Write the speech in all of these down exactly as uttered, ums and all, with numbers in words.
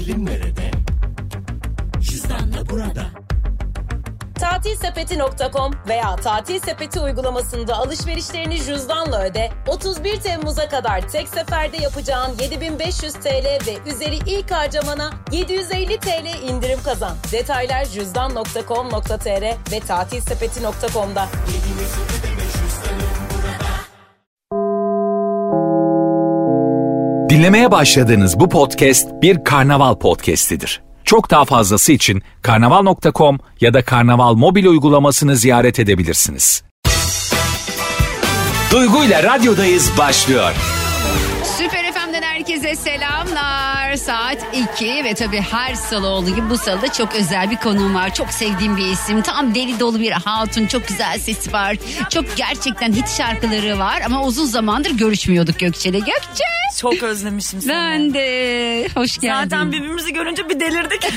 indirim nerede? Cüzdanla burada. tatil sepeti nokta com veya Tatil Sepeti uygulamasında alışverişlerini cüzdanla öde. otuz bir Temmuz'a kadar tek seferde yapacağın yedi bin beş yüz TL ve üzeri ilk harcamana yedi yüz elli TL indirim kazan. Detaylar cüzdan nokta com nokta tr ve tatil sepeti nokta com'da. Dinlemeye başladığınız bu podcast bir karnaval podcastidir. Çok daha fazlası için karnaval nokta com ya da karnaval mobil uygulamasını ziyaret edebilirsiniz. Duygu ile radyodayız başlıyor. Süper F M'den herkese selamlar. Saat iki ve tabii her salı olduğu gibi bu salıda çok özel bir konuğum var. Çok sevdiğim bir isim. Tam deli dolu bir hatun. Çok güzel sesi var. Çok gerçekten hit şarkıları var ama uzun zamandır görüşmüyorduk Gökçe'yle. Gökçe! Çok özlemişim seni. Ben de. Hoş geldin. Zaten birbirimizi görünce bir delirdik.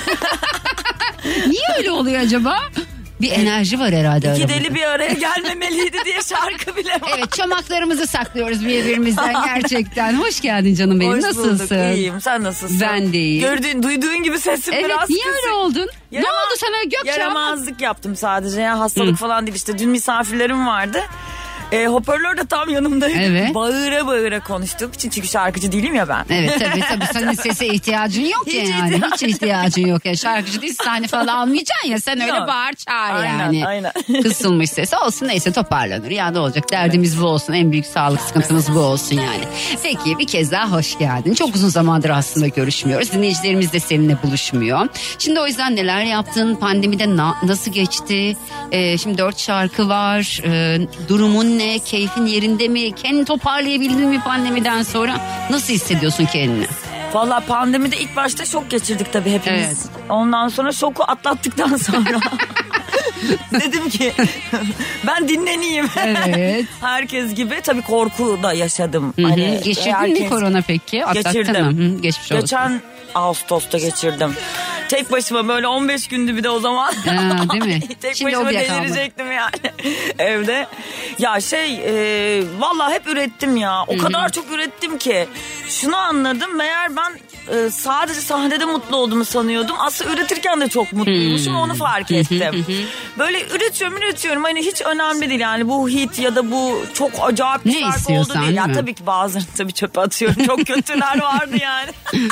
Niye öyle oluyor acaba? Bir enerji var herhalde İki aramızda. deli bir araya gelmemeliydi diye şarkı bile var. Evet, çamaklarımızı saklıyoruz birbirimizden gerçekten. Hoş geldin canım benim. Hoş Nasılsın? bulduk, iyiyim. Sen nasılsın? Ben de iyiyim. Gördüğün, duyduğun gibi sesim Evet, biraz niye kısık. öyle oldun? Yaramaz, ne oldu sana Gökçe? Yaramazlık yaptım sadece ya, hastalık Hı. falan değil işte. Dün misafirlerim vardı. E, hoparlör de tam yanımdaydı. Evet. Bağıra bağıra konuştuk. Çünkü şarkıcı değilim ya ben. Evet tabii tabii, senin sese ihtiyacın yok Hiç ya yani. ihtiyaç- Hiç ihtiyacın yok ya. Şarkıcı değil, sahne falan almayacaksın ya. Sen öyle Yok. bağır çağır Aynen, yani. aynen. Kısılmış sesi olsun, neyse toparlanır. Ya ne olacak, derdimiz bu olsun. En büyük sağlık sıkıntımız bu olsun yani. Peki bir kez daha hoş geldin. Çok uzun zamandır aslında görüşmüyoruz. Dinleyicilerimiz de seninle buluşmuyor. Şimdi o yüzden neler yaptın? Pandemide na- nasıl geçti? Ee, şimdi dört şarkı var. Ee, durumun ne? Keyfin yerinde mi? Kendini toparlayabildin mi pandemiden sonra? Nasıl hissediyorsun kendini? Valla pandemide ilk başta şok geçirdik tabii hepimiz. Evet. Ondan sonra şoku atlattıktan sonra dedim ki ben dinleneyim. Evet. Herkes gibi tabii korku da yaşadım. Hı hı. Hani Geçirdin herkes- mi korona peki? Atlattın Geçirdim. mı? Hı, geçmiş olsun. Geçen Ağustos'ta geçirdim. Tek başıma böyle on beş gündü bir de o zaman. Ha, değil mi? Tek Şimdi o başıma bile kalmadı. delirecektim yani evde. Ya şey e, vallahi hep ürettim ya. O kadar çok ürettim ki. Şunu anladım, meğer ben e, sadece sahnede mutlu olduğumu sanıyordum. Aslında üretirken de çok mutluymuşum, onu fark ettim. Böyle üretiyorum üretiyorum, hani hiç önemli değil yani bu hit ya da bu çok acayip bir Ne şarkı oldu istiyorsan, değil. Ya değil mi? tabii ki bazılarını tabii çöpe atıyorum. Çok kötüler vardı yani.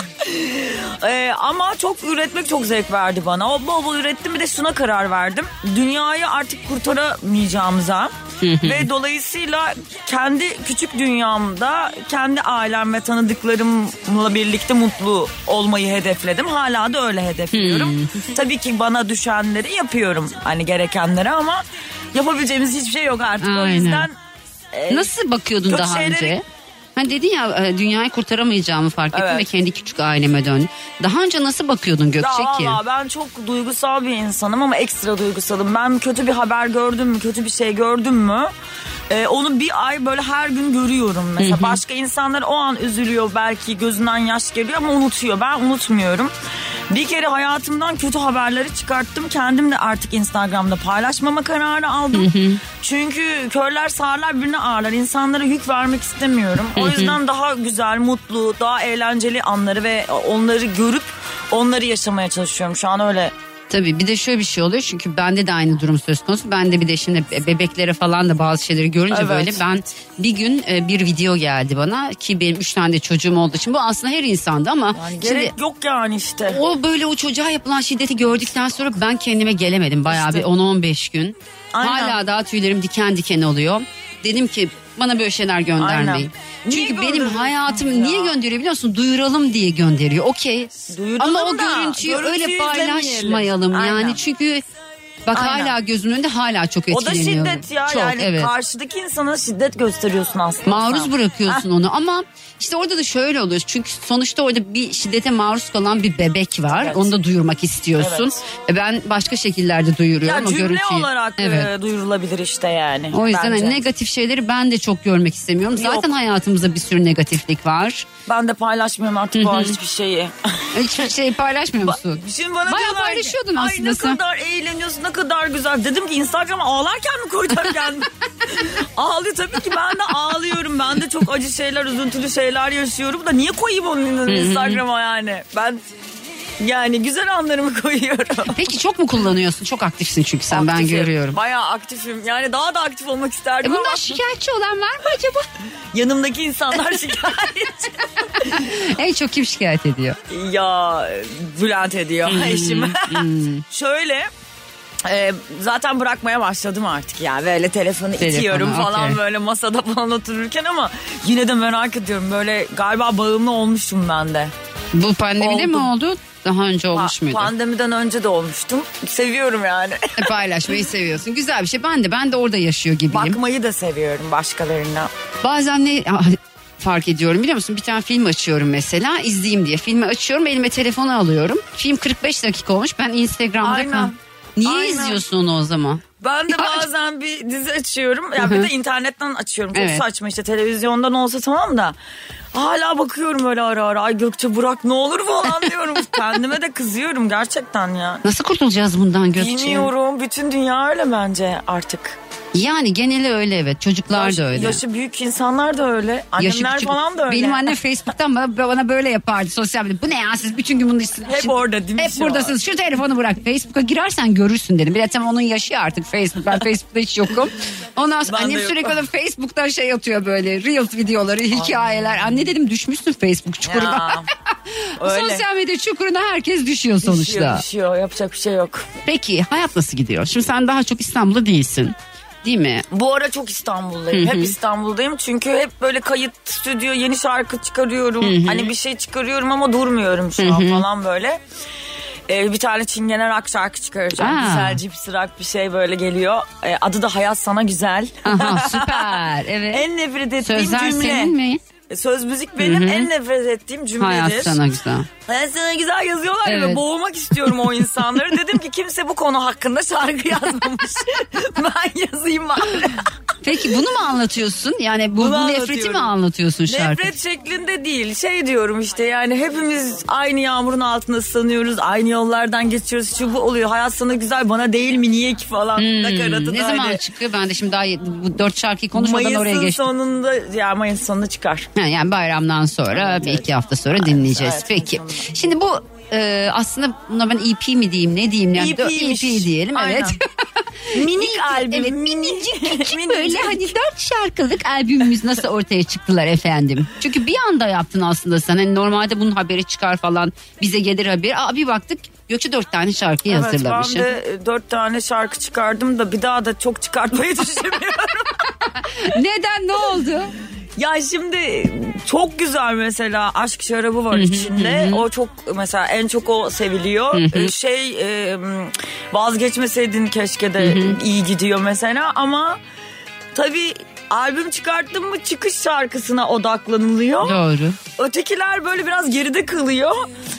Ee, ama çok üretmek çok zevk verdi bana. O bol bol ürettim, bir de şuna karar verdim. Dünyayı artık kurtaramayacağımıza ve dolayısıyla kendi küçük dünyamda kendi ailem ve tanıdıklarımla birlikte mutlu olmayı hedefledim. Hala da öyle hedefliyorum. Tabii ki bana düşenleri yapıyorum, hani gerekenleri, ama yapabileceğimiz hiçbir şey yok artık. O Aynen. yüzden e, Nasıl bakıyordun kötü daha şeyleri- önce? Hani dedin ya, e, dünyayı kurtaramayacağımı fark ettim Evet. ve kendi küçük aileme döndüm. Daha önce nasıl bakıyordun Gökçe Ya ki? valla ben çok duygusal bir insanım ama ekstra duygusalım. Ben kötü bir haber gördüm mü, kötü bir şey gördüm mü, e, onu bir ay böyle her gün görüyorum. Mesela başka insanlar o an üzülüyor, belki gözünden yaş geliyor ama unutuyor. Ben unutmuyorum. Bir kere hayatımdan kötü haberleri çıkarttım. Kendim de artık Instagram'da paylaşmama kararı aldım. Çünkü körler sağırlar birine ağırlar. İnsanlara yük vermek istemiyorum. O yüzden daha güzel, mutlu, daha eğlenceli anları ve onları görüp onları yaşamaya çalışıyorum. Şu an öyle. Tabii bir de şöyle bir şey oluyor, çünkü bende de aynı durum söz konusu. Ben de bir de şimdi bebeklere falan da bazı şeyleri görünce Evet. böyle, ben bir gün e, bir video geldi bana ki benim üç tane de çocuğum olduğu için bu aslında her insanda ama Yani şimdi gerek yok yani işte. o böyle o çocuğa yapılan şiddeti gördükten sonra ben kendime gelemedim bayağı İşte. bir on on beş gün. Aynen. Hala daha tüylerim diken diken oluyor. Dedim ki bana böyle şeyler göndermeyin. Aynen. Niye Çünkü benim gönderiyorsun hayatım ya? niye gönderiyor biliyor musun? Duyuralım diye gönderiyor. Okey. Duyuralım Ama o da, görüntüyü görüntüyü öyle izlemeyelim. paylaşmayalım. Aynen. Yani çünkü bak Aynen. hala gözümün önünde, hala çok O da etkileniyorum. şiddet ya, Çok, yani evet. karşıdaki insana şiddet gösteriyorsun aslında. Maruz sen. bırakıyorsun onu ama işte orada da şöyle oluyor. Çünkü sonuçta orada bir şiddete maruz kalan bir bebek var. Evet. Onu da duyurmak istiyorsun. E ben başka şekillerde Ya duyuruyorum o cümle görüntüyü. olarak Evet. e, duyurulabilir işte yani. O yüzden bence. hani negatif şeyleri ben de çok görmek istemiyorum. Yok. Zaten hayatımızda bir sürü negatiflik var. Ben de paylaşmıyorum artık bu hiçbir şeyi. Hiçbir şey paylaşmıyor musun? Şimdi bana Bayağı diyorlar ki, paylaşıyordun ay aslında ne sen." kadar eğleniyorsun, ne kadar güzel. Dedim ki Instagram'a ağlarken mi koyacağım kendimi? Ağlıyor tabii ki, ben de ağlıyorum. Ben de çok acı şeyler, üzüntülü şeyler yaşıyorum da niye koyayım onun Instagram'a yani? Ben Yani güzel anlarımı koyuyorum. Peki çok mu kullanıyorsun? Çok aktifsin çünkü sen Aktifim, ben görüyorum. Bayağı aktifim. Yani daha da aktif olmak isterdim E bundan ama şikayetçi olan var mı acaba? yanımdaki insanlar şikayetçi. En çok kim şikayet ediyor? Ya Bülent ediyor eşim. Şöyle e, zaten bırakmaya başladım artık ya. Böyle telefonu Telefonu, itiyorum falan okey. böyle masada falan otururken ama yine de merak ediyorum. Böyle galiba bağımlı olmuştum ben de. Bu pandemide mi Oldum. oldu? Daha önce olmuş Pa- muydu? Pandemiden önce de olmuştum. Seviyorum yani. E, Paylaşmayı seviyorsun. Güzel bir şey. Ben de ben de orada yaşıyor gibiyim. Bakmayı da seviyorum başkalarına. Bazen ne ah, fark ediyorum biliyor musun? Bir tane film açıyorum mesela izleyeyim diye. Filmi açıyorum elime telefonu alıyorum. Film kırk beş dakika olmuş. Ben Instagram'da Aynen. kal. Niye Aynen. izliyorsun onu o zaman? Ben de bazen bir dizi açıyorum. Ya bir de internetten açıyorum. Çok Evet. saçma işte televizyondan olsa tamam da. Hala bakıyorum böyle ara ara. Ay Gökçe bırak ne olur falan diyorum. Kendime de kızıyorum gerçekten ya. Nasıl kurtulacağız bundan Gökçe? Bilmiyorum. Bütün dünya öyle bence artık. Yani geneli öyle evet. Çocuklar Yaş- da öyle. Yaşı büyük insanlar da öyle. Yaşı Annemler küçük- falan da öyle. Benim annem Facebook'tan bana, bana böyle yapardı sosyal medyada. Bu ne ya siz bütün gün bunun için. Hep orada değil mi Hep şu buradasınız. Şu telefonu bırak. Facebook'a girersen görürsün dedim. Bir de tam onun yaşı ya artık Facebook. Ben Facebook'ta hiç yokum. Ondan sonra Ben de annem yokum. sürekli ona Facebook'tan şey atıyor böyle. Reels videoları, hikayeler. Anne dedim düşmüşsün Facebook çukuruna. Ya, öyle. Sosyal medya çukuruna herkes düşüyor sonuçta. Düşüyor, düşüyor. Yapacak bir şey yok. Peki hayat nasıl gidiyor? Şimdi sen daha çok İstanbul'da değilsin. Değil mi? Bu ara çok İstanbul'dayım. Hep İstanbul'dayım. Çünkü hep böyle kayıt, stüdyo, yeni şarkı çıkarıyorum. Hani bir şey çıkarıyorum ama durmuyorum şu an falan böyle. Ee, bir tane Çingene rock şarkı çıkaracağım. Aa. Güzel cipsi rock bir şey böyle geliyor. Ee, adı da Hayat Sana Güzel. Aha süper. Evet. En nefret ettiğim Sözler cümle. senin mi? Söz müzik benim en nefret ettiğim cümledir. Hayat sana güzel. Hayat sana güzel yazıyorlar ya Evet. ve boğmak istiyorum o insanları. Dedim ki kimse bu konu hakkında şarkı yazmamış. Ben yazayım bari. Peki bunu mu anlatıyorsun? Yani bu, Bunu bu nefreti anlatıyorum. mi anlatıyorsun şarkı? Nefret şeklinde değil. Şey diyorum işte yani hepimiz aynı yağmurun altında ıslanıyoruz. Aynı yollardan geçiyoruz. Şu bu oluyor. Hayat sana güzel bana değil mi niye ki falan. Nakaratı Hmm, ne da zaman hani çıkıyor? Ben de şimdi daha bu dört şarkıyı konuşmadan oraya Mayıs'ın geçtim. sonunda ya Mayıs sonunda çıkar. Ha, yani bayramdan sonra bir iki hafta sonra dinleyeceğiz. evet, Peki. sonunda. Şimdi bu e, aslında buna ben E P mi diyeyim ne diyeyim? Yani E P'ymiş. E P diyelim Aynen. evet. Minik albüm. Evet minicik küçük böyle hani dört şarkılık albümümüz nasıl ortaya çıktılar efendim? Çünkü bir anda yaptın aslında sen. Hani normalde bunun haberi çıkar falan bize gelir haber. Aa, bir baktık Gökçe dört tane şarkı Evet hazırlamış. ben de e, dört tane şarkı çıkardım da bir daha da çok çıkartmayı düşünmüyorum. Neden ne oldu? Ya şimdi çok güzel mesela Aşk Şarabı var içinde. O çok mesela en çok o seviliyor. Ee, Şey e, vazgeçmeseydin keşke de iyi gidiyor mesela ama tabii albüm çıkarttım mı çıkış şarkısına odaklanılıyor. Doğru. Ötekiler böyle biraz geride kalıyor.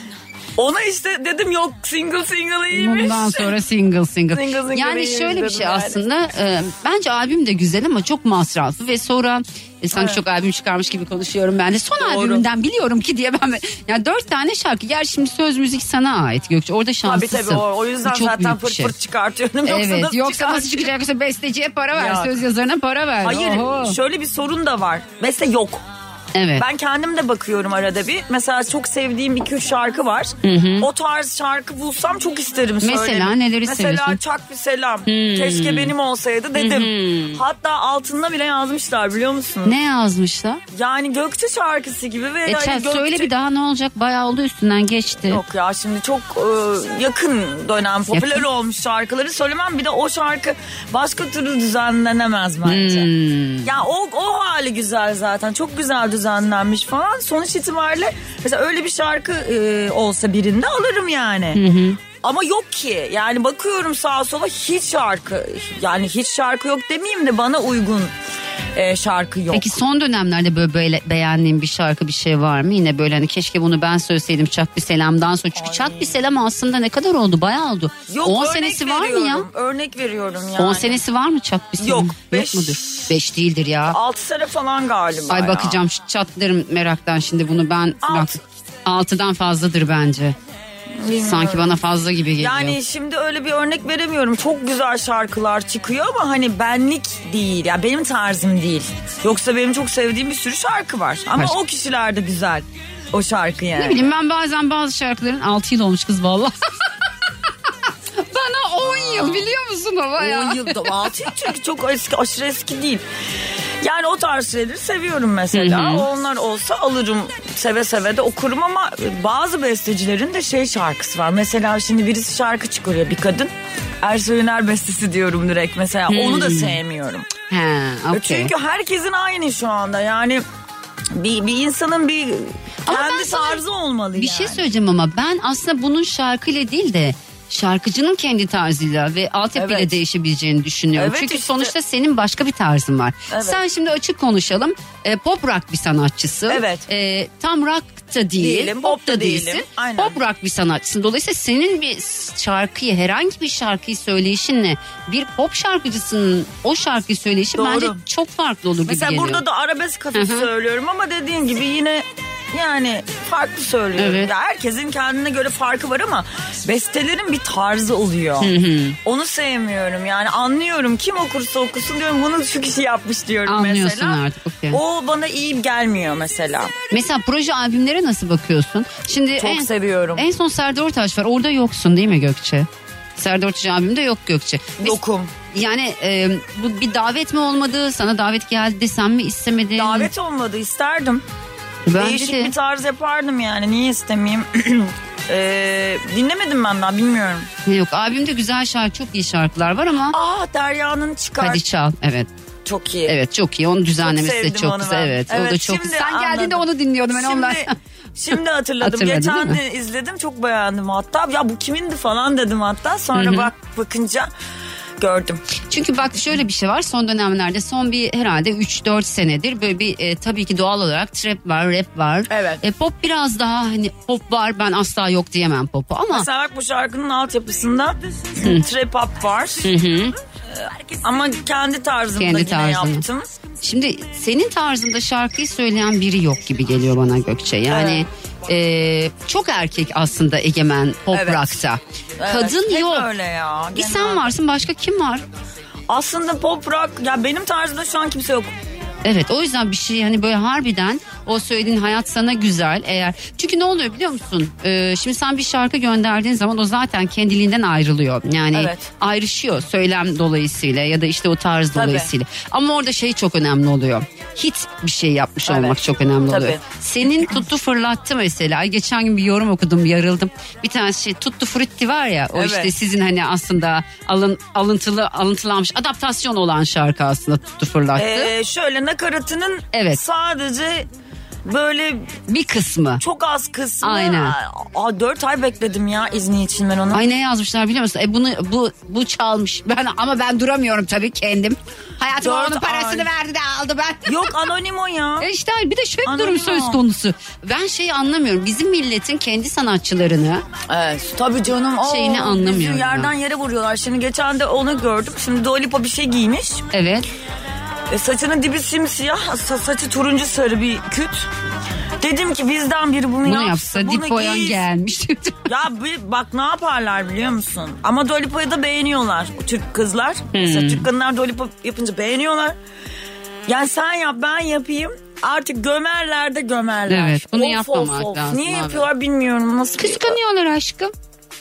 Ona işte dedim yok single single iyiymiş. Bundan sonra single single. Single single yani iyiymiş şöyle bir dedim şey yani. aslında e, bence albüm de güzel ama çok masraflı ve sonra e, sanki Evet. çok albüm çıkarmış gibi konuşuyorum ben de. Son Doğru. albümünden biliyorum ki diye ben yani dört tane şarkı. Gerçi şimdi söz müzik sana ait Gökçe. Orada Tabii şanslısın. tabii o, o yüzden Bu çok zaten büyük bir fırt şey. fırt çıkartıyorum. Yoksa Evet nasıl yoksa nasıl çıkartayım? çıkacak? Yoksa besteciye para ver, Ya. söz yazarına para ver. Hayır Oho. şöyle bir sorun da var. Mesela yok. Evet. Ben kendim de bakıyorum arada bir. Mesela çok sevdiğim iki üç şarkı var. O tarz şarkı bulsam çok isterim Mesela söylemek. neleri Mesela seviyorsun? Çak Bir Selam. Keşke benim olsaydı dedim. Hatta altında bile yazmışlar biliyor musun? Ne yazmışlar? Yani Gökçe şarkısı gibi. Ve E, yani sen Gökçe... söyle bir daha ne olacak? Bayağı oldu üstünden geçti. Yok ya şimdi çok e, yakın dönem popüler Yakın. olmuş şarkıları söylemem. Bir de o şarkı başka türlü düzenlenemez bence. Hmm. Ya o, o hali güzel zaten. Çok güzel düzenlenmiş falan. Sonuç itibariyle mesela öyle bir şarkı e, olsa birinde alırım yani. Ama yok ki. Yani bakıyorum sağa sola hiç şarkı. Yani hiç şarkı yok demeyeyim de bana uygun e, şarkı yok. Peki son dönemlerde böyle, böyle beğendiğin bir şarkı bir şey var mı? Yine böyle hani keşke bunu ben söyleseydim Çak Bir Selam'dan sonra. Çünkü Çak Bir Selam aslında ne kadar oldu? Bayağı oldu. Yok, on örnek senesi var mı ya? veriyorum, Örnek veriyorum yani. on senesi var mı Çak Bir Selam? Yok, Yok beş- mudur? beş değildir ya. altı sene falan galiba. Ay ya. bakacağım şu çatlarım meraktan şimdi bunu ben. Altı. Bak, altıdan fazladır bence. Bilmiyorum. Sanki bana fazla gibi geliyor. Yani şimdi öyle bir örnek veremiyorum. Çok güzel şarkılar çıkıyor ama hani benlik değil. Yani benim tarzım değil. Yoksa benim çok sevdiğim bir sürü şarkı var. Ama Başka- o kişiler de güzel. o şarkı yani. Ne bileyim ben bazen bazı şarkıların altı yıl olmuş kız vallahi. Bana on yıl biliyor musun ama ya? on yılda altı yıl çünkü çok eski, aşırı eski değil. Yani o tarz şeyleri seviyorum mesela. Hı hı. Onlar olsa alırım, seve seve de okurum ama bazı bestecilerin de şey şarkısı var. Mesela şimdi birisi şarkı çıkarıyor, bir kadın. Ersoy Yener bestesi diyorum direkt mesela. Hmm. Onu da sevmiyorum. He, okay. Çünkü herkesin aynı şu anda. Yani bir, bir insanın bir kendi tarzı olmalı bir yani. şey söyleyeceğim ama ben aslında bunun şarkıyla değil de şarkıcının kendi tarzıyla ve altyapıyla evet. değişebileceğini düşünüyorum. Evet, Çünkü işte. sonuçta senin başka bir tarzın var. Evet. Sen şimdi açık konuşalım. E, pop rock bir sanatçısı. Evet. E, tam rock da değil. Değilim, pop da değilsin. Değilim. Aynen. Pop rock bir sanatçısın. Dolayısıyla senin bir şarkıyı, herhangi bir şarkıyı söyleyişinle bir pop şarkıcısının o şarkıyı söyleyişi Doğru. bence çok farklı olur Mesela gibi geliyor. Mesela burada da arabesk hafif söylüyorum ama dediğin gibi yine yani farklı söylüyorum. Evet. Ya herkesin kendine göre farkı var ama bestelerin bir tarzı oluyor. Hı hı. Onu sevmiyorum. Yani anlıyorum, kim okursa okusun diyorum, bunu şu kişi yapmış diyorum Anlıyorsun mesela. Anlıyorsun artık. Okay. O bana iyi gelmiyor mesela. Mesela proje albümlere nasıl bakıyorsun? Şimdi çok en, seviyorum. En son Serdar Ortaç var. Orada yoksun değil mi Gökçe? Serdar Ortaç albümünde yok Gökçe. Biz, Yokum. Yani e, bu bir davet mi olmadı? Sana davet geldi de sen mi istemedin? Davet olmadı, isterdim. Bence Değişik de. bir tarz yapardım yani. Niye istemeyeyim? ee, dinlemedim ben daha, bilmiyorum. Yok, albümde güzel şarkı, çok iyi şarkılar var ama. Aa, Derya'nın çıkar. Hadi çal, evet. Çok iyi. Evet, çok iyi. Onun düzenlemesi de çok güzel. Evet, evet, o da çok güzel. Sen anladım. Geldiğinde onu dinliyordum ben şimdi, ondan. Şimdi hatırladım. Geçen de izledim, çok beğendim hatta. Ya bu kimindi falan dedim hatta. Sonra Hı-hı. bak bakınca gördüm. Çünkü bak şöyle bir şey var, son dönemlerde son bir herhalde üç dört senedir böyle bir e, tabii ki doğal olarak trap var, rap var. Evet. E, pop biraz daha hani pop var, ben asla yok diyemem popu ama. Mesela bak bu şarkının altyapısında trap pop var. Hı hı. Ama kendi tarzımda kendi yine tarzını. yaptım. Şimdi senin tarzında şarkıyı söyleyen biri yok gibi geliyor bana Gökçe. Yani evet. e, çok erkek aslında egemen pop evet. rock'ta. Evet. Kadın hep yok. Öyle ya. Bir sen varsın, başka kim var? Aslında pop rock ya benim tarzımda şu an kimse yok. Evet, o yüzden bir şey hani böyle harbiden o söylediğin hayat sana güzel eğer. Çünkü ne oluyor biliyor musun? Ee, şimdi sen bir şarkı gönderdiğin zaman o zaten kendiliğinden ayrılıyor. Yani evet. ayrışıyor söylem dolayısıyla ya da işte o tarz Tabii. dolayısıyla. Ama orada şey çok önemli oluyor. Hit bir şey yapmış evet. olmak çok önemli Tabii. oluyor. Senin tuttu fırlattı mesela. Geçen gün bir yorum okudum, yarıldım. Bir tane şey tuttu frutti var ya. O evet. işte sizin hani aslında alın, alıntılı alıntılanmış adaptasyon olan şarkı aslında tuttu fırlattı. Ee, şöyle nakaratının evet. sadece böyle bir kısmı. Çok az kısmı. Aynen. Aa, dört ay bekledim ya izni için ben onu. Ay ne yazmışlar biliyor musun? E bunu bu bu çalmış. Ben ama ben duramıyorum tabii kendim. Hayatım onun parasını ay. verdi de aldı ben. Yok anonim o ya. E işte bir de şöyle bir durum söz konusu. Ben şeyi anlamıyorum. Bizim milletin kendi sanatçılarını. Evet tabii canım. Şeyini Oo, anlamıyorum. Yerden yere vuruyorlar. Şimdi geçen de onu gördüm. Şimdi Dua Lipa bir şey giymiş. Evet. E, saçının dibi simsiyah, sa- saçı turuncu sarı bir küt. Dedim ki bizden biri bunu, bunu yapsa. Bunu yapsa Dip Boyan gelmiş. Ya bir, bak ne yaparlar biliyor musun? Ama Dua Lipa'yı da beğeniyorlar o Türk kızlar. Hmm. Mesela Türk kadınlar Dua Lipa yapınca beğeniyorlar. Yani sen yap ben yapayım. Artık gömerler de gömerler. Evet bunu of, yapmamak of, of. lazım. Niye abi. yapıyorlar bilmiyorum. Nasıl Kıskanıyorlar aşkım.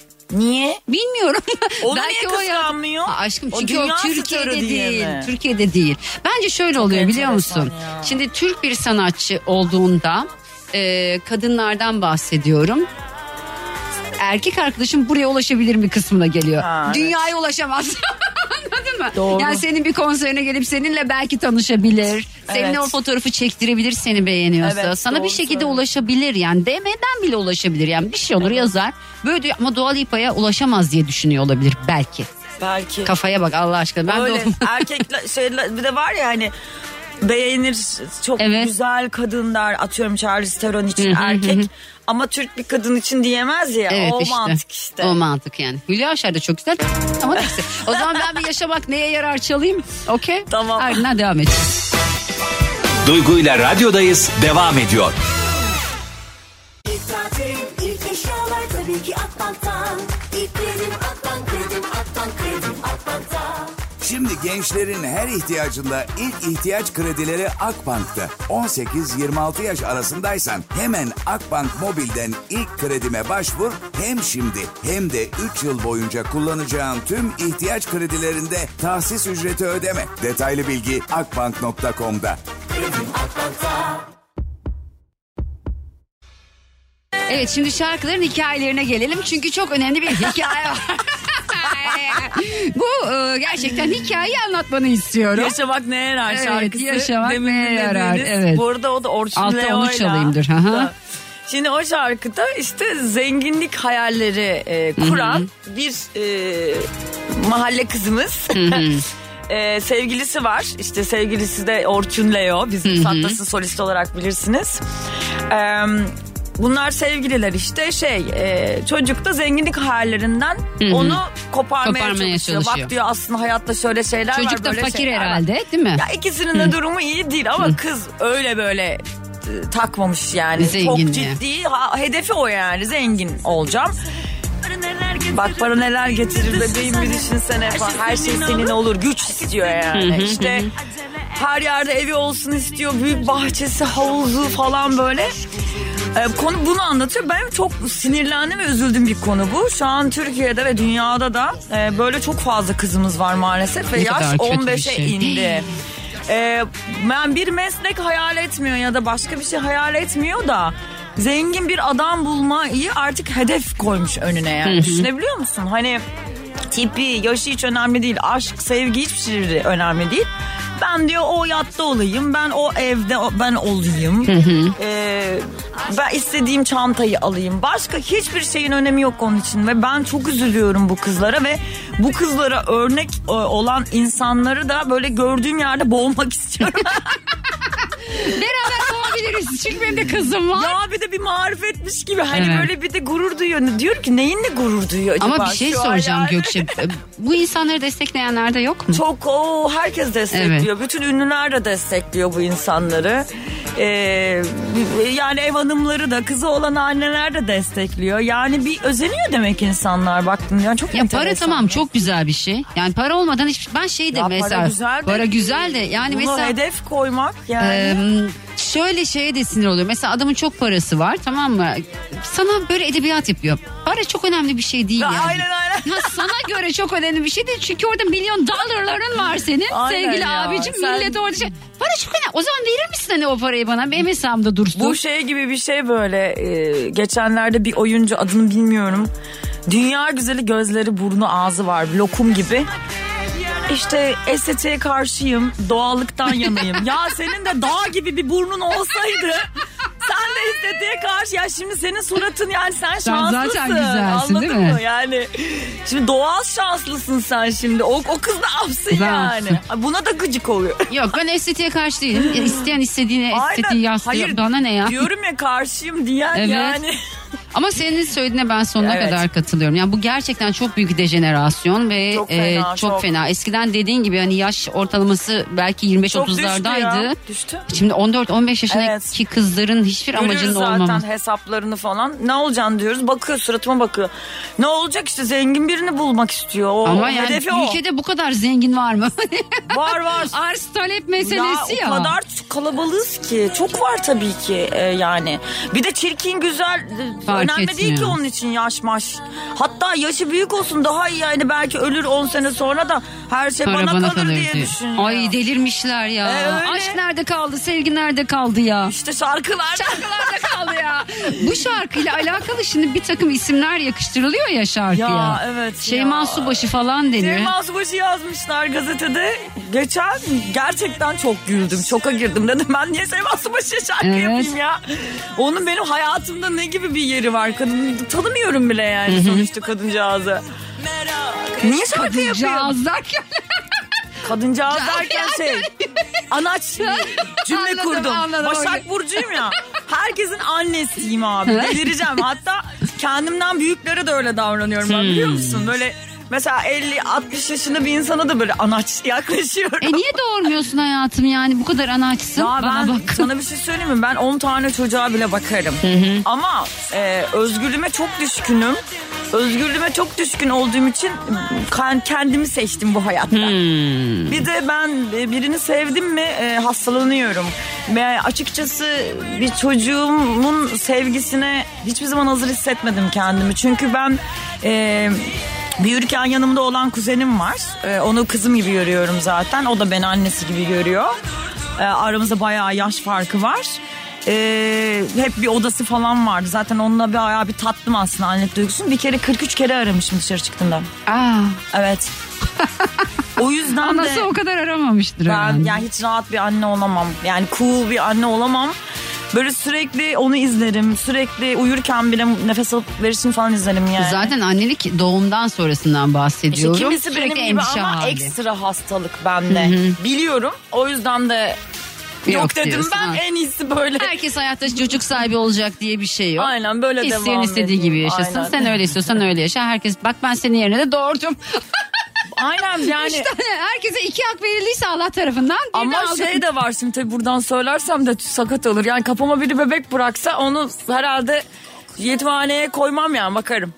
Niye? Bilmiyorum. Onu niye kıskanmıyor? Ya... Aşkım çünkü o, o Türkiye'de değil. Türkiye'de değil. Bence şöyle Çok oluyor biliyor musun? Ya. Şimdi Türk bir sanatçı olduğunda e, kadınlardan bahsediyorum. Erkek arkadaşım buraya ulaşabilir mi kısmına geliyor. Ha, Dünyaya evet. ulaşamaz. Anladın mı? Doğru. Yani senin bir konserine gelip seninle belki tanışabilir. Seninle evet. o fotoğrafı çektirebilir seni beğeniyorsa. Evet, Sana bir şekilde söyle. ulaşabilir yani. D M'den bile ulaşabilir yani. Bir şey olur evet. yazar. Böyle diyor ama Dua Lipa'ya ulaşamaz diye düşünüyor olabilir belki. Belki. Kafaya bak Allah aşkına. Ben Öyle. de Erkekler şeyler bir de var ya hani beğenir çok evet. güzel kadınlar atıyorum Charlize Theron için erkek ama Türk bir kadın için diyemez ya evet, o işte. mantık işte. O mantık yani. Hülya Avşar da çok güzel ama neyse. O zaman ben bir yaşamak neye yarar çalayım. Okey. Tamam. Ardından devam edeceğiz. Duygu ile radyodayız devam ediyor. İlk tatil, ilk eşyalar tabii ki Akbank'tan. İlk kredim Akbank, kredim Akbank, kredim Akbank'tan. Şimdi gençlerin her ihtiyacında ilk ihtiyaç kredileri Akbank'ta. on sekiz yirmi altı yaş arasındaysan hemen Akbank Mobil'den ilk kredime başvur. Hem şimdi hem de üç yıl boyunca kullanacağın tüm ihtiyaç kredilerinde tahsis ücreti ödeme. Detaylı bilgi akbank nokta com'da. Evet, şimdi şarkıların hikayelerine gelelim. Çünkü çok önemli bir hikaye var. Bu e, gerçekten hikayeyi anlatmanı istiyorum. Yaşamak neye yarar Evet, şarkısı. yaşamak Demin neye yarar, dinlediğiniz. evet. Bu arada o da Orçun Altta Leo'yla. onu çalayımdır. Aha. Şimdi o şarkıda işte zenginlik hayalleri e, kuran bir e, mahalle kızımız. e, sevgilisi var. İşte sevgilisi de Orçun Leo. Bizim Sattası solist olarak bilirsiniz. Eee Bunlar sevgililer işte şey e, çocuk da zenginlik hayallerinden Hı hı. onu koparmaya, Koparmaya çalışıyor. çalışıyor. Bak diyor aslında hayatta şöyle şeyler var. Çocuk da böyle fakir şeyler var. herhalde, değil mi? Ya ikisinin de durumu iyi değil ama kız öyle böyle e, takmamış yani. Zenginliğe. Çok ciddi ha, hedefi o yani, zengin olacağım. Bak para neler getirir bebeğim bir düşünsene falan. Her şey senin olur, güç istiyor yani. İşte her yerde evi olsun istiyor, büyük bahçesi, havuzu falan böyle. Ee, konu bunu anlatıyor. Ben çok sinirlendim ve üzüldüm bir konu bu. Şu an Türkiye'de ve dünyada da e, böyle çok fazla kızımız var maalesef ve Ne yaş kadar kötü on bir beşe şey. indi. Ee, ben bir meslek hayal etmiyor ya da başka bir şey hayal etmiyor da zengin bir adam bulmayı artık hedef koymuş önüne yani. Düşünebiliyor musun? Hani tipi, yaşı hiç önemli değil. Aşk, sevgi hiçbir şey önemli değil. Ben diyor o yatta olayım, ben o evde ben olayım. Ee, ben istediğim çantayı alayım. Başka hiçbir şeyin önemi yok onun için ve ben çok üzülüyorum bu kızlara ve bu kızlara örnek e, olan insanları da böyle gördüğüm yerde boğmak istiyorum. Beraber olabiliriz çünkü benim de kızım var. Ya bir de bir marifetmiş gibi hani Evet. böyle bir de gurur duyuyor. Diyor ki neyinle gurur duyuyor acaba? Ama bir şey şu an soracağım yani? Gökçe. Bu insanları destekleyenler de yok mu? Çok o herkes destekliyor. Bütün ünlüler de destekliyor bu insanları. Ee, yani ev hanımları da, kızı olan anneler de destekliyor. Yani bir özeniyor demek insanlar, baktın ya çok Ya para enteresan. tamam çok güzel bir şey. Yani para olmadan hiç ben şey de Ya mesela para güzel de, para güzel de yani bunu mesela hedef koymak yani. e, şöyle şeye de sinir oluyor. Mesela adamın çok parası var, tamam mı? Sana böyle edebiyat yapıyor. Para çok önemli bir şey değil Ya yani. aynen aynen. Ya sana göre çok önemli bir şey değil. Çünkü orada milyon dolarların var senin. Aynen Sevgili ya. abicim, Sen- millet orada şey. Para çok önemli. O zaman verir misin hani o parayı bana? Benim hesabımda dursun. Bu şey gibi bir şey böyle. e, geçenlerde bir oyuncu, adını bilmiyorum. Dünya güzeli, gözleri, burnu, ağzı var. Lokum gibi. İşte estetiğe karşıyım, doğallıktan yanayım. Ya senin de dağ gibi bir burnun olsaydı sen de estetiğe karşı, ya şimdi senin suratın yani sen, Sen şanslısın. zaten güzelsin, Anladın değil mi? mı? Yani şimdi doğal şanslısın sen şimdi. O, o kız ne yapsın Ne yani? yapsın? Buna da gıcık oluyor. Yok, ben estetiğe karşı değilim. Ya İsteyen istediğine estetiği yaslıyor. Bana ne ya? Diyorum ya karşıyım diyen Evet. yani. Ama senin söylediğine ben sonuna Evet. kadar katılıyorum. Yani bu gerçekten çok büyük bir dejenerasyon ve Çok e, fena, çok, çok. fena. Eskiden dediğin gibi hani yaş ortalaması belki yirmi beş Çok otuzlardaydı. düştü ya, düştü. Şimdi on dört on beş yaşındaki Evet. kızların hiçbir Görüyoruz amacının zaten olmaması. hesaplarını falan. Ne olacaksın diyoruz. Bakıyor, suratıma bakıyor. Ne olacak işte, zengin birini bulmak istiyor. O, Ama o yani hedefi o. ülkede bu kadar zengin var mı? Var var. Arz talep meselesi ya. Ya o kadar kalabalığız ki. Çok var tabii ki e, yani. Bir de çirkin, güzel e, Fark önemli değil ki etmiyor. onun için yaş maş. Hatta yaşı büyük olsun daha iyi yani, belki ölür on sene sonra da her şey Para bana, bana kalır, kalır diye diye. düşünüyor. Ay delirmişler ya. E, öyle. Aşk nerede kaldı, sevgi nerede kaldı ya? İşte şarkılar. Şarkılarda kaldı ya. Bu şarkıyla alakalı şimdi bir takım isimler yakıştırılıyor ya şarkıya. Ya, evet Şeyma ya. Subaşı falan deniyor. Şeyma Subaşı yazmışlar gazetede. Geçen gerçekten çok güldüm. Şoka girdim. Dedim ben niye Şeyma Subaşı'ya şarkı Evet. yapayım ya? Onun benim hayatımda ne gibi bir yeri var? Kadın tanımıyorum bile yani sonuçta kadıncağızı. Niye şarkı yapıyor? Kadıncağız derken. Kadıncağız derken şey, anaç cümle Anladım, kurdum. anladım. Başak Burcu'yum ya. Herkesin annesiyim abi. Delireceğim. Hatta kendimden büyüklere de öyle davranıyorum ben, biliyor musun? Böyle mesela elli altmış yaşında bir insana da böyle anaç yaklaşıyorum. E niye doğurmuyorsun hayatım yani bu kadar anaçsın? Ya Bana ben bak. sana bir şey söyleyeyim mi? Ben on tane çocuğa bile bakarım. Ama e, özgürlüğüme çok düşkünüm. özgürlüğüme çok düşkün olduğum için kendimi seçtim bu hayatta. Hmm. Bir de ben birini sevdim mi hastalanıyorum. Ve açıkçası bir çocuğumun sevgisine hiçbir zaman hazır hissetmedim kendimi. Çünkü ben e, büyürken yanımda olan kuzenim var. E, onu kızım gibi görüyorum zaten. O da beni annesi gibi görüyor. E, aramızda bayağı yaş farkı var. Ee, hep bir odası falan vardı. Zaten onunla bayağı bir tattım aslında annelik duygusunu. Bir kere kırk üç kere aramışım dışarı çıktığımda. Aa. Evet. O yüzden Anası de o kadar aramamıştır ben herhalde. yani hiç rahat bir anne olamam. Yani cool bir anne olamam. Böyle sürekli onu izlerim. Sürekli uyurken bile nefes alıp verişini falan izlerim yani. Zaten annelik doğumdan sonrasından bahsediyorum. İşte kimisi Sürekli benim gibi endişe ama hali. ekstra hastalık bende. Biliyorum. O yüzden de yok, Yok dedim diyorsun, ben ha. en iyisi böyle. Herkes hayatta çocuk sahibi olacak diye bir şey yok. Aynen böyle devam İsteyen istediği edeyim. gibi yaşasın. Aynen. Sen öyle istiyorsan öyle yaşa. Herkes bak ben senin yerine de doğurdum. Aynen yani. Üç tane, herkese iki hak verildiyse Allah tarafından. Ama aldım. şey de var şimdi tabii buradan söylersem de sakat olur. Yani kafama biri bebek bıraksa onu herhalde yetimhaneye koymam yani bakarım.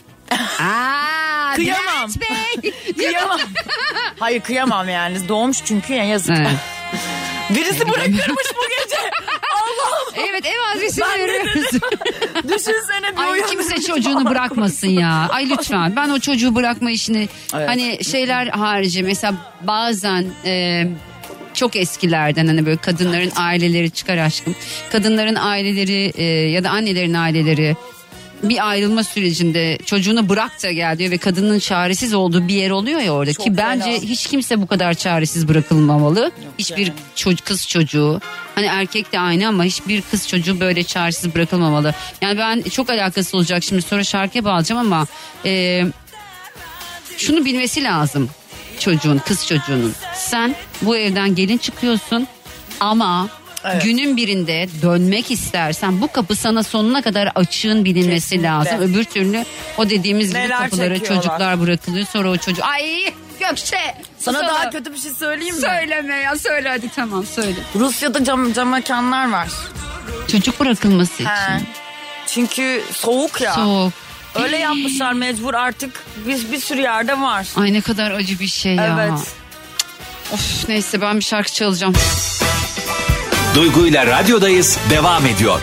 Aa, Kıyamam. Bülent Bey. Kıyamam. Hayır kıyamam yani doğmuş çünkü ya yazık. Evet. Birisi bırakırmış bu gece. Allah'ım. Evet ev adresini Ben de veriyoruz. Düşünsene bir Ay uyanış kimse çocuğunu falan. bırakmasın ya. Ay lütfen ben o çocuğu bırakma işini Evet. hani şeyler harici mesela bazen e, çok eskilerden hani böyle kadınların aileleri çıkar aşkım. Kadınların aileleri e, ya da annelerin aileleri bir ayrılma sürecinde çocuğunu bırak da gel diyor ve kadının çaresiz olduğu bir yer oluyor ya orada Çok ki bence fena. hiç kimse bu kadar çaresiz bırakılmamalı. Hiçbir yani. çocuk, kız çocuğu hani erkek de aynı ama hiçbir kız çocuğu böyle çaresiz bırakılmamalı. Yani ben çok alakası olacak şimdi sonra şarkıya bağlayacağım ama e, şunu bilmesi lazım çocuğun, kız çocuğunun. Sen bu evden gelin çıkıyorsun ama Evet. günün birinde dönmek istersen bu kapı sana sonuna kadar açığın bilinmesi Kesinlikle. lazım. Öbür türlü o dediğimiz gibi Neler kapılara çekiyorlar. çocuklar bırakılıyor sonra o çocuk ay Gökçe Sana susalım. daha kötü bir şey söyleyeyim mi? Söyleme ya söyle hadi tamam söyle. Rusya'da cam, cam mekanlar var. Çocuk bırakılması He. için. Çünkü soğuk ya. Soğuk. Öyle yapmışlar mecbur artık bir, bir sürü yerde var. Ay ne kadar acı bir şey ya. Evet. Of neyse ben bir şarkı çalacağım. Duygu ile radyodayız devam ediyor.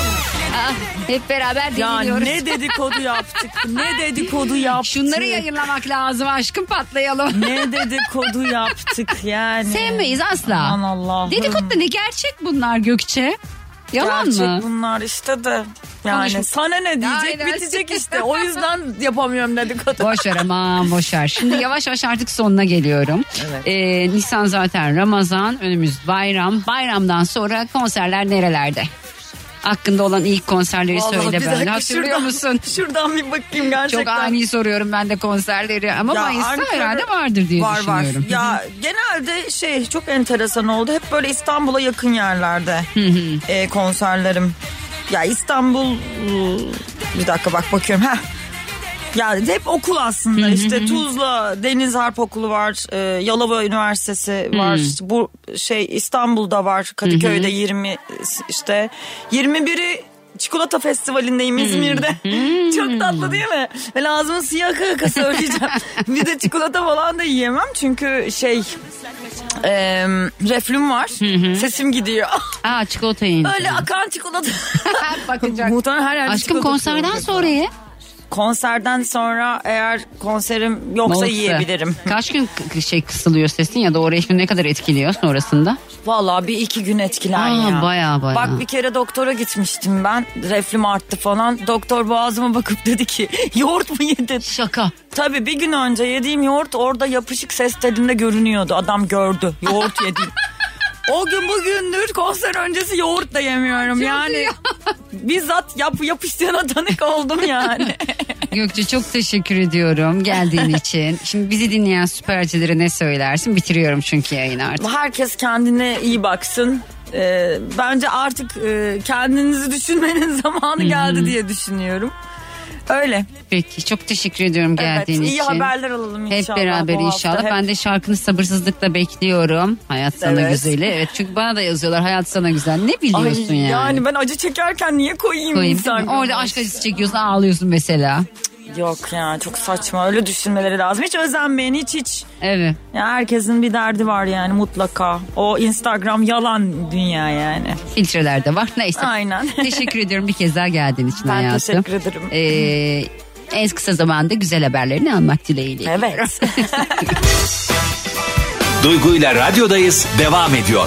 Ah, hep beraber Ya deliriyoruz. ne dedikodu yaptık. Ne dedikodu yaptık. Şunları yayınlamak lazım aşkım patlayalım. Ne dedikodu yaptık yani. Sevmeyiz asla. Aman Allah'ım. Dedikodu da ne gerçek bunlar Gökçe? Yalan Gerçek mı? bunlar işte de. Yani Konuşma. sana ne diyecek Aynen. bitecek işte. O yüzden yapamıyorum dedikodu. Boş ver aman boş ver. Şimdi yavaş yavaş artık sonuna geliyorum. Evet. Ee, Nisan zaten Ramazan, önümüz bayram. Bayramdan sonra konserler nerelerde? Hakkında olan ilk konserleri Vallahi söyle bir ben. dakika, Hatırlıyor şuradan- musun? Şuradan bir bakayım gerçekten. Çok ani soruyorum ben de konserleri ama Ya Mayıs'ta Ankara- herhalde vardır diye var, düşünüyorum. Var Ya genelde şey çok enteresan oldu. Hep böyle İstanbul'a yakın yerlerde e, konserlerim. Ya İstanbul ıı, bir dakika bak bakıyorum. Heh. Ya hep okul aslında işte Tuzla Deniz Harp Okulu var, e, Yalova Üniversitesi var, işte bu şey İstanbul'da var, Kadıköy'de yirmi işte yirmi biri Çikolata Festivali'ndeyim İzmir'de. Çok tatlı değil mi? Ve ağzımı siyah yaka yaka söyleyeceğim. Bir de çikolata falan da yiyemem çünkü şey e, reflüm var. Sesim gidiyor. Aa çikolata yiyin. Öyle akan çikolata. Bakacak. Muhtemelen her yerde Aşkım çikolata konserden olacak. sonra ye. Konserden sonra eğer konserim yoksa Olsa. yiyebilirim. Kaç gün k- şey kısılıyor sesin ya da orayı ne kadar etkiliyor sonrasında? Vallahi bir iki gün etkiler Aa, ya. baya baya. Bak bir kere doktora gitmiştim ben. Reflüm arttı falan. Doktor boğazıma bakıp dedi ki yoğurt mu yedin? Şaka. Tabii bir gün önce yediğim yoğurt orada yapışık ses telinde görünüyordu. Adam gördü yoğurt yedim. O gün bugündür konser öncesi yoğurt da yemiyorum. Yani bizzat yap, yapıştığına tanık oldum yani. Gökçe çok teşekkür ediyorum geldiğin için. Şimdi bizi dinleyen süpercilere ne söylersin? Bitiriyorum çünkü yayını artık. Herkes kendine iyi baksın. Ee, bence artık e, kendinizi düşünmenin zamanı geldi diye düşünüyorum. Öyle. Peki çok teşekkür ediyorum geldiğin evet, için. iyi haberler alalım Hep inşallah. beraber bu hafta. inşallah. Hep- Ben de şarkını sabırsızlıkla bekliyorum. Hayat sana Evet. güzeli. Evet çünkü bana da yazıyorlar hayat sana güzel. Ne biliyorsun Ay, yani? yani ben acı çekerken niye koyayım, Koyayım, değil mi? Instagram'a? Orada aşk acısı çekiyorsun ağlıyorsun mesela. Yok ya, çok saçma, öyle düşünmeleri lazım. Hiç özenmeyin, hiç hiç. Evet. Ya herkesin bir derdi var yani mutlaka. O Instagram yalan dünya yani. Filtreler de var. Neyse. Aynen. Teşekkür ediyorum bir kez daha geldiğin için Ben hayatım. teşekkür ederim. Ee, en kısa zamanda güzel haberlerini almak dileğiyle. Evet. Duygu ile radyodayız devam ediyor.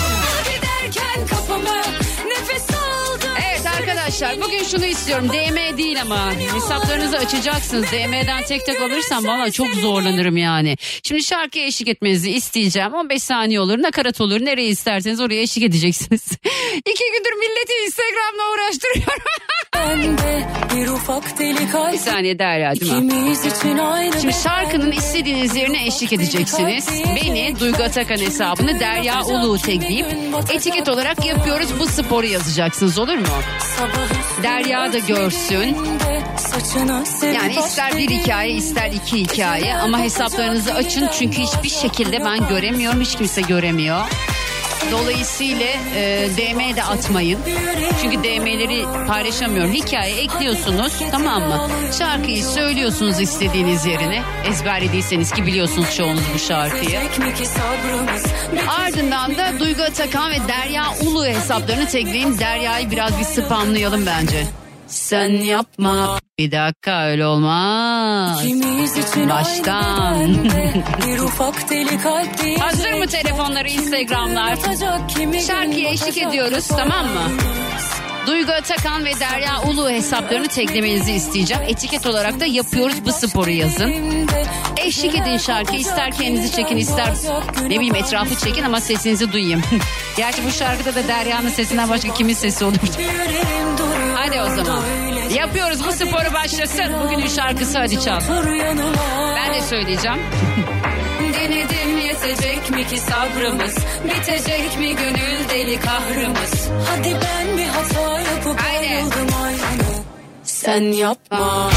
Evet arkadaşlar, bugün şunu istiyorum. D M değil ama hesaplarınızı açacaksınız. D M'den tek tek alırsam valla çok zorlanırım yani. Şimdi şarkıya eşlik etmenizi isteyeceğim. on beş saniye olur, nakarat olur, nereye isterseniz oraya eşlik edeceksiniz. İki gündür milleti Instagram'la uğraştırıyorum. Bir ufak deli kalp. Bir saniye Derya'cığım. Şimdi şarkının istediğiniz yerine eşlik edeceksiniz. Beni Duygu Atakan hesabını Derya Uluğ tagleyip etiket olarak yapıyoruz bu sporu yazacaksınız, olur mu? Derya da görsün. Yani ister bir hikaye ister iki hikaye ama hesaplarınızı açın çünkü hiçbir şekilde ben göremiyorum, hiç kimse göremiyor. Dolayısıyla e, D M de atmayın. Çünkü D M'leri paylaşamıyorum. Hikaye ekliyorsunuz, tamam mı? Şarkıyı söylüyorsunuz istediğiniz yerine. Ezberlediyseniz ki biliyorsunuz çoğunuz bu şarkıyı. Ardından da Duygu Atakan ve Derya Ulu hesaplarını tagleyin. Derya'yı biraz bir spamlayalım bence. Sen yapma. Bir dakika, öyle olmaz. Baştan. Hazır mı telefonları, Instagram'lar? Şarkıya eşlik ediyoruz, tamam mı? Duygu Atakan ve Derya Ulu hesaplarını taglemenizi isteyeceğim. Etiket olarak da yapıyoruz bu sporu yazın. Eşlik edin şarkıyı, ister kendinizi çekin ister ne bileyim etrafı çekin ama sesinizi duyayım. Gerçi bu şarkıda da Derya'nın sesinden başka kimin sesi olur? Hadi o zaman. Yapıyoruz bu sporu, başlasın. Bugünün şarkısı, hadi çal. Ben de söyleyeceğim. Denedim, yetecek mi ki sabrımız? Bitecek mi gönül deli kahrımız? Hadi ben bir hata yapıp ayrıldım aynı. Sen yapma.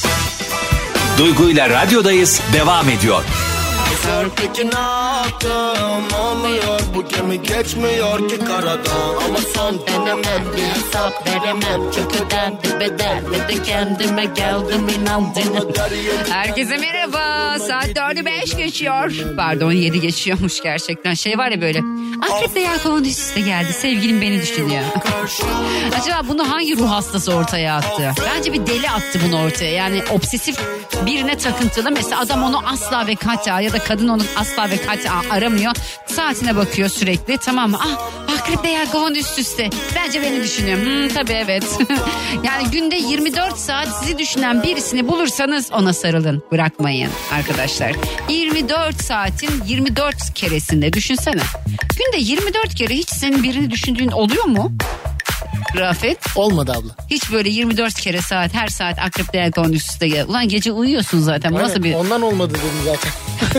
Duygu ile radyodayız devam ediyor. Peki ne yaptım olmuyor, bu gemi geçmiyor ki karadan. Ama son denemem, bir hesap veremem. Çok ödendi bedel ve de kendime geldim inandım. Herkese merhaba, saat dördü beş geçiyor. Pardon, yedi geçiyormuş gerçekten. Şey var ya böyle, Akrep de Yelkovan üst üste geldi, sevgilim beni düşünüyor. Acaba bunu hangi ruh hastası ortaya attı? Bence bir deli attı bunu ortaya. Yani obsesif birine takıntılı. Mesela adam onu asla ve kata ya da kadın onu asla ve kata aramıyor. Saatine bakıyor sürekli, tamam mı? Ah, Akrep de Yelkovan üst üste. Bence beni düşünüyor. Hmm, tabii evet. Yani günde yirmi dört saat sizi düşünen birisini bulursanız ona sarılın. Bırakmayın arkadaşlar. yirmi dört saatin yirmi dört keresinde düşünsene. Günde yirmi dört kere hiç senin birini düşündüğün oluyor mu? Rafet? Olmadı abla. Hiç böyle yirmi dört kere saat, her saat Akrep de Yelkovan üst üste gel. Ulan gece uyuyorsun zaten. Bu Aynen, nasıl bir... Ondan olmadı dedim zaten.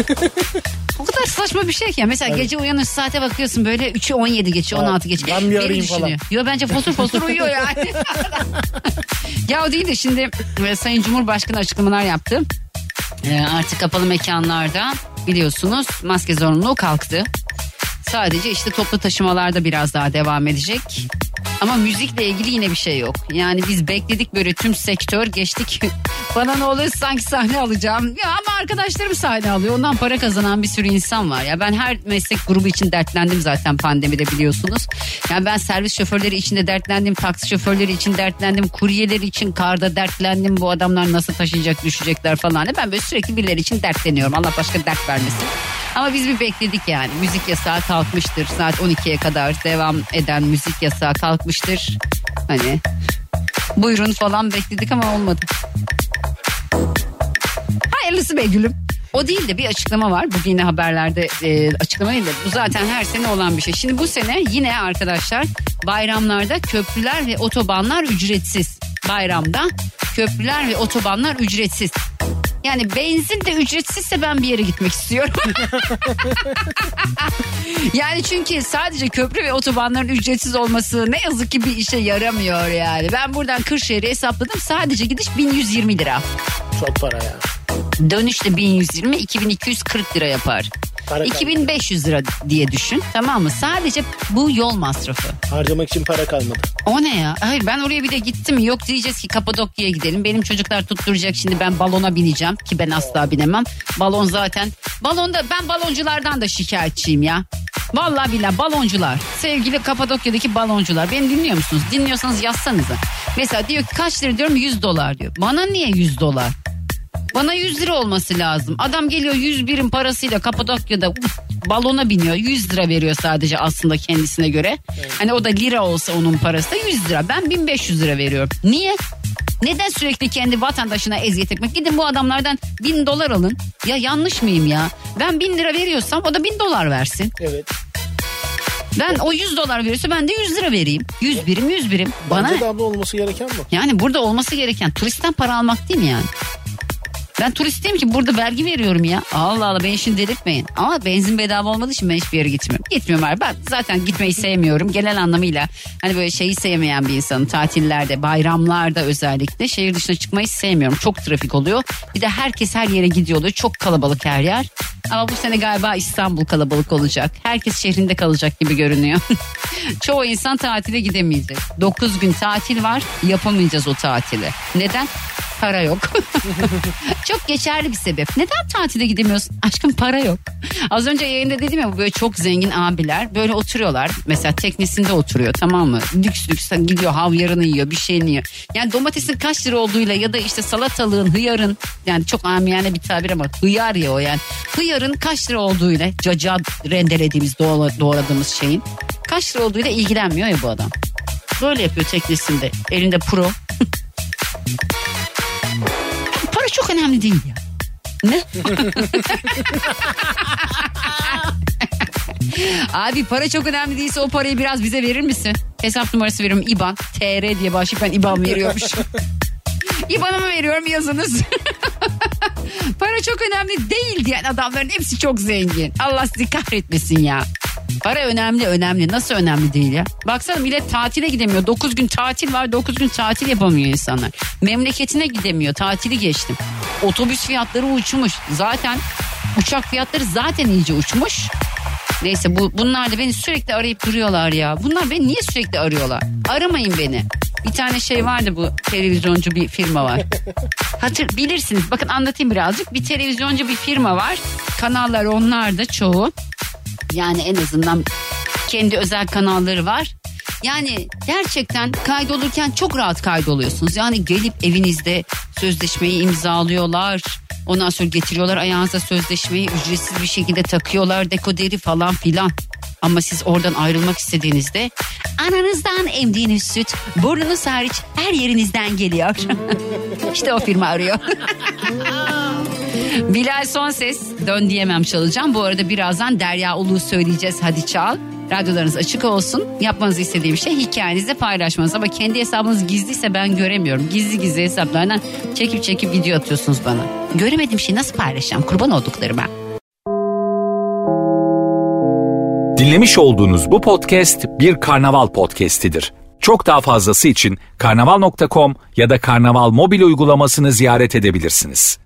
O kadar saçma bir şey ki. Mesela evet. Gece uyanır, saate bakıyorsun böyle üçü on yedi geçiyor, on altı geçiyor. Ben bir arayayım falan. Yo, bence fosur fosur uyuyor yani. Ya o değil de şimdi Sayın Cumhurbaşkanı açıklamalar yaptı. Ee, artık kapalı mekanlarda biliyorsunuz maske zorunluluğu kalktı. Sadece işte toplu taşımalarda biraz daha devam edecek. Ama müzikle ilgili yine bir şey yok. Yani biz bekledik, böyle tüm sektör geçtik. Bana ne olur sanki sahne alacağım. Ya ama arkadaşlarım sahne alıyor. Ondan para kazanan bir sürü insan var. Ya ben her meslek grubu için dertlendim zaten pandemide, biliyorsunuz. Yani ben servis şoförleri için de dertlendim. Taksi şoförleri için dertlendim. Kuryeler için karda dertlendim. Bu adamlar nasıl taşıyacak, düşecekler falan. Ben böyle sürekli birileri için dertleniyorum. Allah başka dert vermesin. Ama biz bir bekledik yani. Müzik yasağı kalkmıştır. Saat on ikiye kadar devam eden müzik yasağı kalkmıştır. Hani buyurun falan bekledik ama olmadı. Hayırlısı be gülüm. O değil de bir açıklama var. Bugün yine haberlerde e, açıklama değil de bu zaten her sene olan bir şey. Şimdi bu sene yine arkadaşlar bayramlarda köprüler ve otobanlar ücretsiz. Bayramda köprüler ve otobanlar ücretsiz. Yani benzin de ücretsizse ben bir yere gitmek istiyorum. Yani çünkü sadece köprü ve otobanların ücretsiz olması ne yazık ki bir işe yaramıyor yani. Ben buradan Kırşehir'e hesapladım, sadece gidiş bin yüz yirmi lira. Çok para ya. Dönüş de bin yüz yirmi, iki bin iki yüz kırk lira yapar. Para iki bin beş yüz lira diye düşün, tamam mı? Sadece bu yol masrafı. Harcamak için para kalmadı. O ne ya? Hayır, ben oraya bir de gittim. Yok diyeceğiz ki Kapadokya'ya gidelim. Benim çocuklar tutturacak, şimdi ben balona bineceğim ki ben asla binemem. Balon zaten. Balonda ben balonculardan da şikayetçiyim ya. Vallahi billahi baloncular. Sevgili Kapadokya'daki baloncular. Beni dinliyor musunuz? Dinliyorsanız yazsanıza. Mesela diyor ki kaç lira diyorum, yüz dolar diyor. Bana niye yüz dolar? Bana yüz lira olması lazım. Adam geliyor yüz birim parasıyla Kapadokya'da uf, balona biniyor. yüz lira veriyor sadece aslında kendisine göre. Evet. Hani o da lira olsa onun parası da yüz lira. Ben bin beş yüz lira veriyorum. Niye? Neden sürekli kendi vatandaşına eziyet etmek? Gidin bu adamlardan bin dolar alın. Ya yanlış mıyım ya? Ben bin lira veriyorsam o da bin dolar versin. Evet. Ben o yüz dolar veriyorsa ben de yüz lira vereyim. yüz birim yüz birim. Bana Bence de abla olması gereken bu. Yani burada olması gereken turistten para almak değil mi yani? Ben turist değilim ki, burada vergi veriyorum ya. Allah Allah, beni şimdi delirtmeyin. Ama benzin bedava olmadığı için ben hiçbir yere gitmiyorum. Gitmiyorum abi. Ben zaten gitmeyi sevmiyorum. Genel anlamıyla hani böyle şeyi sevmeyen bir insanım. Tatillerde, bayramlarda özellikle şehir dışına çıkmayı sevmiyorum. Çok trafik oluyor. Bir de herkes her yere gidiyor oluyor. Çok kalabalık her yer. Ama bu sene galiba İstanbul kalabalık olacak. Herkes şehrinde kalacak gibi görünüyor. Çoğu insan tatile gidemeyecek. dokuz gün tatil var, yapamayacağız o tatili. Neden? Para yok. Çok geçerli bir sebep. Neden tatile gidemiyorsun? Aşkım para yok. Az önce yayında dedim ya, böyle çok zengin abiler böyle oturuyorlar. Mesela teknesinde oturuyor, tamam mı? Lüks lüks gidiyor, havyarını yiyor, bir şeyini yiyor. Yani domatesin kaç lira olduğuyla ya da işte salatalığın, hıyarın, yani çok amiyane bir tabir ama hıyar ya o yani. Hıyarın kaç lira olduğuyla, caca rendelediğimiz, doğradığımız şeyin kaç lira olduğuyla ilgilenmiyor ya bu adam. Böyle yapıyor teknesinde. Elinde pro. Para çok önemli değil ya. Ne? Abi para çok önemli değilse o parayı biraz bize verir misin? Hesap numarası veriyorum, İban T R diye başlayıp ben İban veriyormuşum. İban'ımı veriyorum, yazınız. Para çok önemli değil diyen adamların hepsi çok zengin. Allah sizi kahretmesin ya. Para önemli önemli. Nasıl önemli değil ya? Baksana millet tatile gidemiyor. dokuz gün tatil var, dokuz gün tatil yapamıyor insanlar. Memleketine gidemiyor. Tatili geçtim. Otobüs fiyatları uçmuş. Zaten uçak fiyatları zaten iyice uçmuş. Neyse bu, bunlar da beni sürekli arayıp duruyorlar ya. Bunlar beni niye sürekli arıyorlar? Aramayın beni. Bir tane şey vardı, bu televizyoncu bir firma var. Hatır bilirsiniz. Bakın anlatayım birazcık. Bir televizyoncu bir firma var. Kanallar onlar da çoğu. Yani en azından kendi özel kanalları var. Yani gerçekten kaydolurken çok rahat kaydoluyorsunuz. Yani gelip evinizde sözleşmeyi imzalıyorlar. Ondan sonra getiriyorlar ayağınıza sözleşmeyi, ücretsiz bir şekilde takıyorlar dekoderi falan filan. Ama siz oradan ayrılmak istediğinizde ananızdan emdiğiniz süt burnunuz hariç her yerinizden geliyor. İşte o firma arıyor. Bilal Sonses, dön diyemem çalacağım. Bu arada birazdan Derya Ulu söyleyeceğiz, hadi çal. Radyolarınız açık olsun. Yapmanızı istediğim şey hikayenizde paylaşmanız. Ama kendi hesabınız gizliyse ben göremiyorum. Gizli gizli hesaplardan çekip çekip video atıyorsunuz bana. Göremediğim şeyi nasıl paylaşacağım? Kurban olduklarıma. Dinlemiş olduğunuz bu podcast bir karnaval podcastidir. Çok daha fazlası için karnaval nokta com ya da karnaval mobil uygulamasını ziyaret edebilirsiniz.